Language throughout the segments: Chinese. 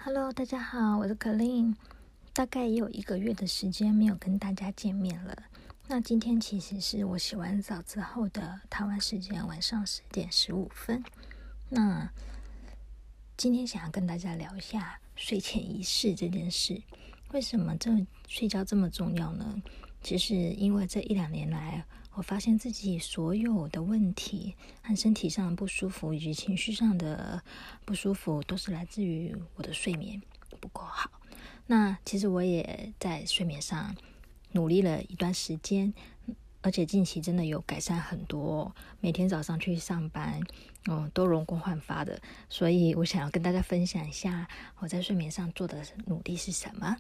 Hello，大家好，我是可琳。大概也有1个月的时间没有跟大家见面了。那今天其实是我洗完澡之后的台湾时间晚上10点15分。那今天想要跟大家聊一下睡前仪式这件事。为什么睡觉这么重要呢？其实因为这1-2年来，我发现自己所有的问题和身体上的不舒服以及情绪上的不舒服都是来自于我的睡眠不够好。那其实我也在睡眠上努力了一段时间，而且近期真的有改善很多，每天早上去上班都容光焕发的。所以我想要跟大家分享一下我在睡眠上做的努力是什么。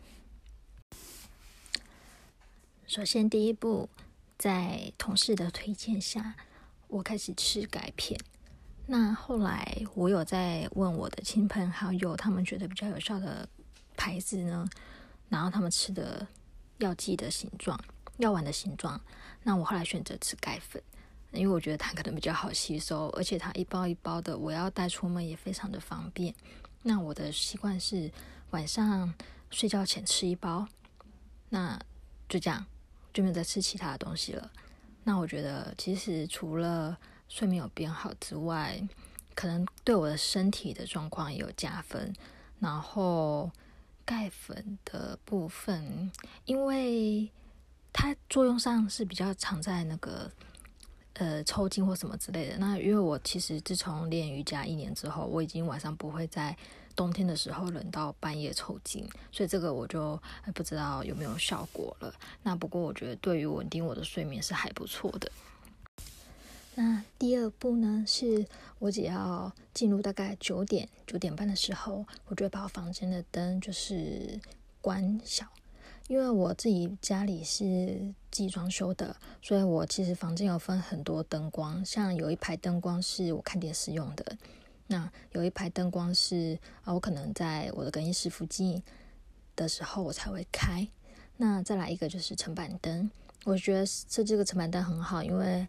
首先第一步，在同事的推荐下，我开始吃钙片。那后来我有在问我的亲朋好友，他们觉得比较有效的牌子呢，然后他们吃的药剂的形状、药丸的形状。那我后来选择吃钙粉，因为我觉得它可能比较好吸收，而且它一包一包的，我要带出门也非常的方便。那我的习惯是晚上睡觉前吃1包，那就这样，就没有再吃其他的东西了。那我觉得其实除了睡眠有变好之外，可能对我的身体的状况也有加分。然后钙粉的部分，因为它作用上是比较常在那个抽筋或什么之类的。那因为我其实自从练瑜伽1年之后，我已经晚上不会在冬天的时候冷到半夜抽筋，所以这个我就不知道有没有效果了。那不过我觉得对于稳定我的睡眠是还不错的。那第2步呢，是我只要进入大概9点半的时候，我就会把我房间的灯就是关小。因为我自己家里是自己装修的，所以我其实房间有分很多灯光，像有一排灯光是我看电视用的，那有一排灯光是我可能在我的更衣室附近的时候我才会开。那再来一个就是层板灯，我觉得设计这个层板灯很好，因为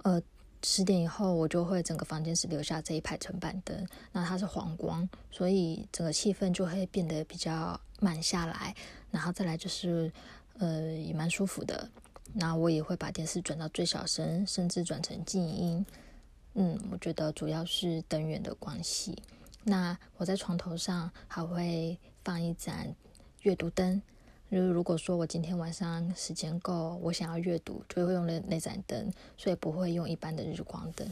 10点以后我就会整个房间是留下这一排层板灯，那它是黄光，所以整个气氛就会变得比较慢下来，然后再来就是也蛮舒服的。那我也会把电视转到最小声，甚至转成静音。我觉得主要是灯源的关系。那我在床头上还会放一盏阅读灯，如果说我今天晚上时间够，我想要阅读，就会用那盏灯，所以不会用一般的日光灯。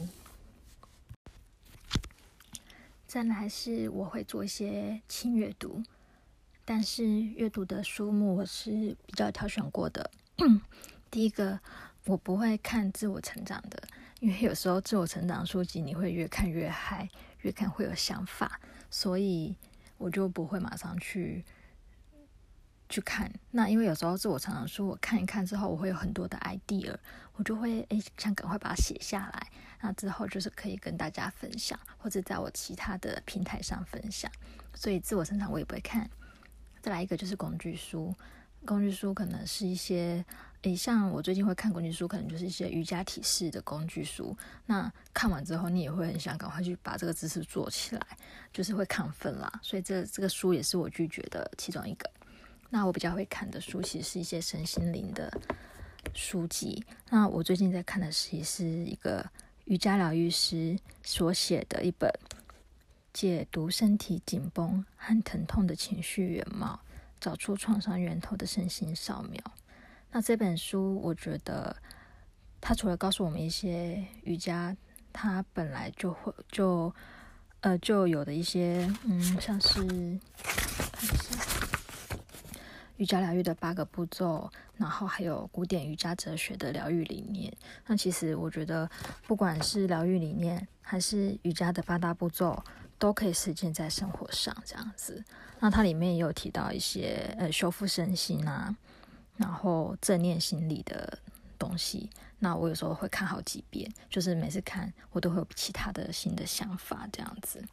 再来是我会做一些轻阅读，但是阅读的书目我是比较挑选过的。第一个，我不会看自我成长的，因为有时候自我成长书籍你会越看越嗨，越看会有想法，所以我就不会马上去看。那因为有时候自我成长书我看一看之后，我会有很多的 idea， 我就会想赶快把它写下来，那之后就是可以跟大家分享，或者在我其他的平台上分享。所以自我成长我也不会看。再来一个就是工具书，工具书可能是一些像我最近会看工具书，可能就是一些瑜伽体式的工具书。那看完之后你也会很想赶快去把这个姿势做起来，就是会亢奋啦。所以这个书也是我拒绝的其中一个。那我比较会看的书其实是一些身心灵的书籍。那我最近在看的是一个瑜伽疗愈师所写的一本解读身体紧绷和疼痛的情绪原貌，找出创伤源头的身心扫描。那这本书我觉得它除了告诉我们一些瑜伽它本来就有的一些像是看一下瑜伽疗愈的8个步骤，然后还有古典瑜伽哲学的疗愈理念。那其实我觉得不管是疗愈理念还是瑜伽的8大步骤都可以实践在生活上这样子。那它里面也有提到一些修复身心啊，然后正念心理的东西。那我有时候会看好几遍，就是每次看我都会有其他的新的想法这样子。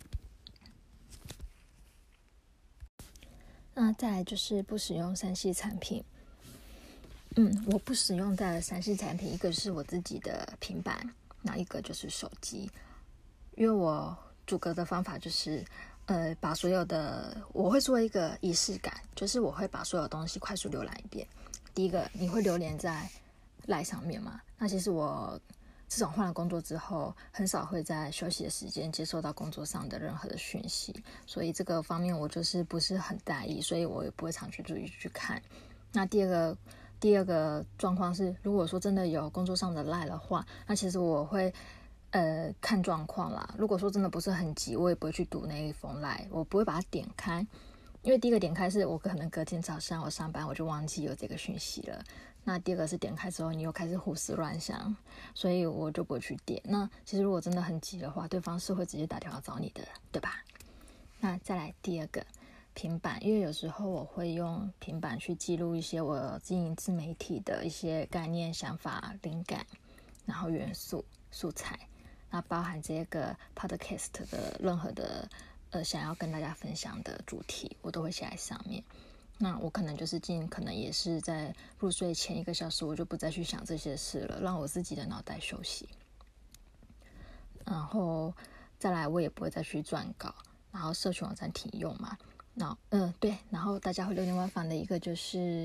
那再来就是不使用3C 产品。我不使用的3C 产品，一个是我自己的平板，那一个就是手机。因为我阻隔的方法就是把所有的我会做一个仪式感，就是我会把所有东西快速浏览一遍。第一个，你会留连在 LINE 上面吗？那其实我自从换了工作之后，很少会在休息的时间接收到工作上的任何的讯息，所以这个方面我就是不是很在意，所以我也不会常去注意去看。那第二个状况是，如果说真的有工作上的LINE的话，那其实我会看状况啦。如果说真的不是很急，我也不会去读那一封LINE，我不会把它点开，因为第一个点开是我可能隔天早上我上班我就忘记有这个讯息了。那第二个是点开之后你又开始胡思乱想，所以我就不会去点。那其实如果真的很急的话，对方是会直接打电话找你的，对吧？那再来第二个，平板，因为有时候我会用平板去记录一些我经营自媒体的一些概念、想法、灵感，然后元素、素材，那包含这个 podcast 的任何的想要跟大家分享的主题，我都会写在上面。那我可能就是尽可能也是在入睡前1个小时，我就不再去想这些事了，让我自己的脑袋休息。然后再来，我也不会再去撰稿，然后社群网站停用嘛。对，然后大家会流连忘返的一个就是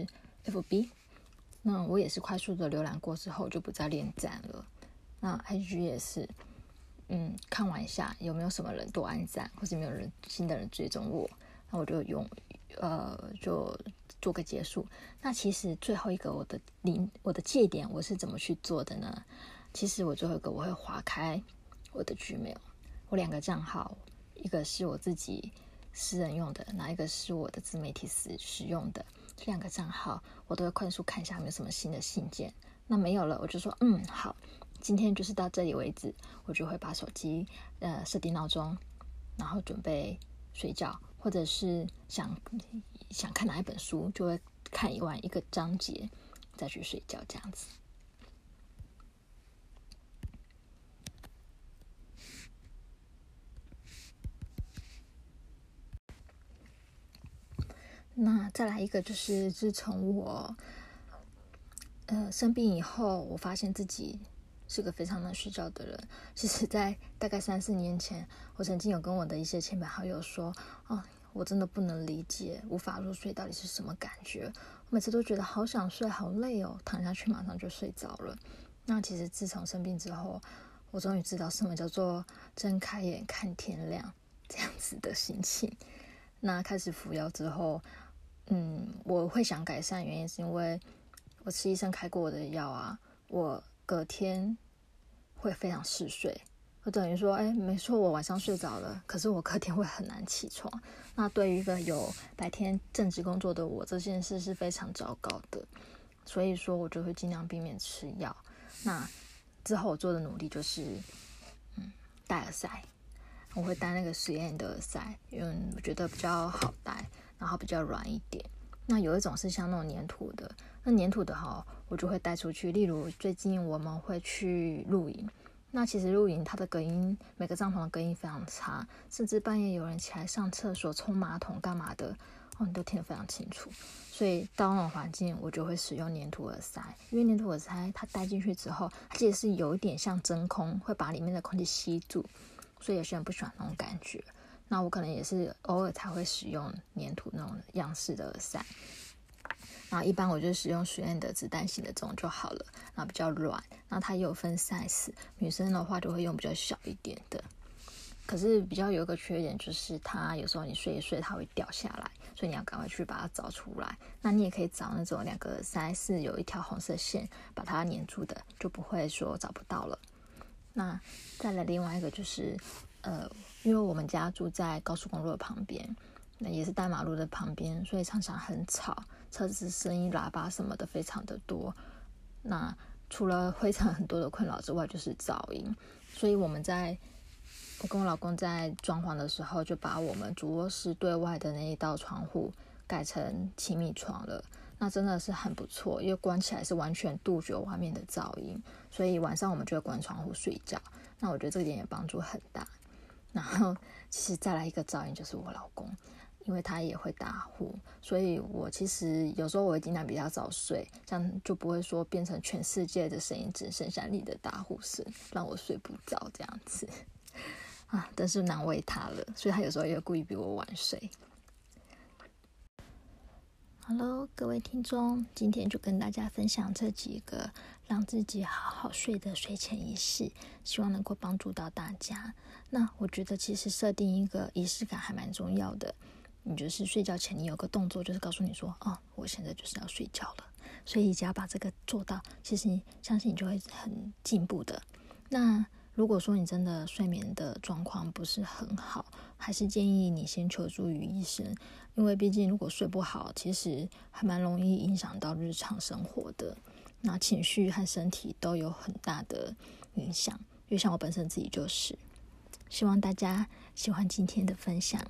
FB， 那我也是快速的浏览过之后就不再连赞了。那 IG 也是，看完一下有没有什么人多按赞，或者没有新的人追踪我，那我就就做个结束。那其实最后一个我的界点我是怎么去做的呢？其实我最后一个我会划开我的 Gmail， 我2个账号，一个是我自己私人用的，一个是我的自媒体使用的，这2个账号我都会快速看一下有没有什么新的信件。那没有了，我就说好，今天就是到这里为止，我就会把手机设定闹钟，然后准备睡觉，或者是想看哪一本书，就会看完一个章节再去睡觉，这样子。那再来一个就是自从我生病以后，我发现自己是个非常能睡觉的人。其实在大概3-4年前，我曾经有跟我的一些亲朋好友说，我真的不能理解无法入睡到底是什么感觉，我每次都觉得好想睡好累哦，躺下去马上就睡着了。那其实自从生病之后，我终于知道什么叫做睁开眼看天亮这样子的心情。那开始服药之后，我会想改善，原因是因为我吃医生开过我的药啊，我隔天会非常嗜睡。我等于说，没错，我晚上睡着了，可是我隔天会很难起床。那对于一个有白天正职工作的我，这件事是非常糟糕的。所以说我就会尽量避免吃药。那之后我做的努力就是，戴耳塞。我会戴那个实验的耳塞，因为我觉得比较好戴，然后比较软一点。那有一种是像那种粘土的，那粘土的我就会带出去。例如最近我们会去露营，那其实露营它的隔音，每个帐篷的隔音非常差，甚至半夜有人起来上厕所、冲马桶干嘛的，你都听得非常清楚。所以到那种环境，我就会使用粘土耳塞，因为粘土耳塞它戴进去之后，它其实是有一点像真空，会把里面的空气吸住。所以有些人不喜欢那种感觉，那我可能也是偶尔才会使用粘土那种样式的耳塞。然后一般我就使用实验的子弹型的这种就好了，然后比较软，然后它也有分 size， 女生的话就会用比较小一点的。可是比较有一个缺点就是它有时候你睡一睡它会掉下来，所以你要赶快去把它找出来。那你也可以找那种2个耳塞是有一条红色线把它粘住的，就不会说找不到了。那再来另外一个就是因为我们家住在高速公路的旁边，那也是大马路的旁边，所以常常很吵，车子声音喇叭什么的非常的多。那除了非常很多的困扰之外，就是噪音。所以我跟我老公在装潢的时候，就把我们主卧室对外的那一道窗户改成气密窗了。那真的是很不错，因为关起来是完全杜绝外面的噪音，所以晚上我们就会关窗户睡觉。那我觉得这点也帮助很大。然后其实再来一个噪音就是我老公，因为他也会打呼，所以我其实有时候我会尽量比较早睡，这样就不会说变成全世界的声音只剩下你的打呼声，让我睡不着这样子。 真是难为他了，所以他有时候也故意比我晚睡。Hello， 各位听众，今天就跟大家分享这几个让自己好好睡的睡前仪式，希望能够帮助到大家。那我觉得其实设定一个仪式感还蛮重要的。你就是睡觉前你有个动作，就是告诉你说，我现在就是要睡觉了。所以只要把这个做到，其实你相信你就会很进步的。那如果说你真的睡眠的状况不是很好，还是建议你先求助于医生，因为毕竟如果睡不好，其实还蛮容易影响到日常生活的，那情绪和身体都有很大的影响，因为像我本身自己就是。希望大家喜欢今天的分享。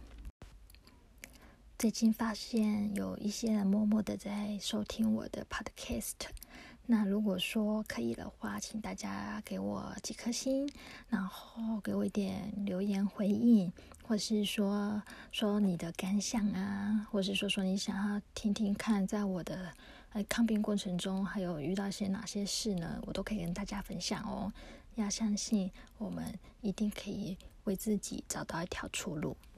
最近发现有一些人默默的在收听我的 podcast， 那如果说可以的话，请大家给我几颗星，然后给我一点留言回应，或是说你的感想啊，或是说你想要听听看，在我的抗病过程中还有遇到些哪些事呢，我都可以跟大家分享哦。要相信我们一定可以为自己找到一条出路。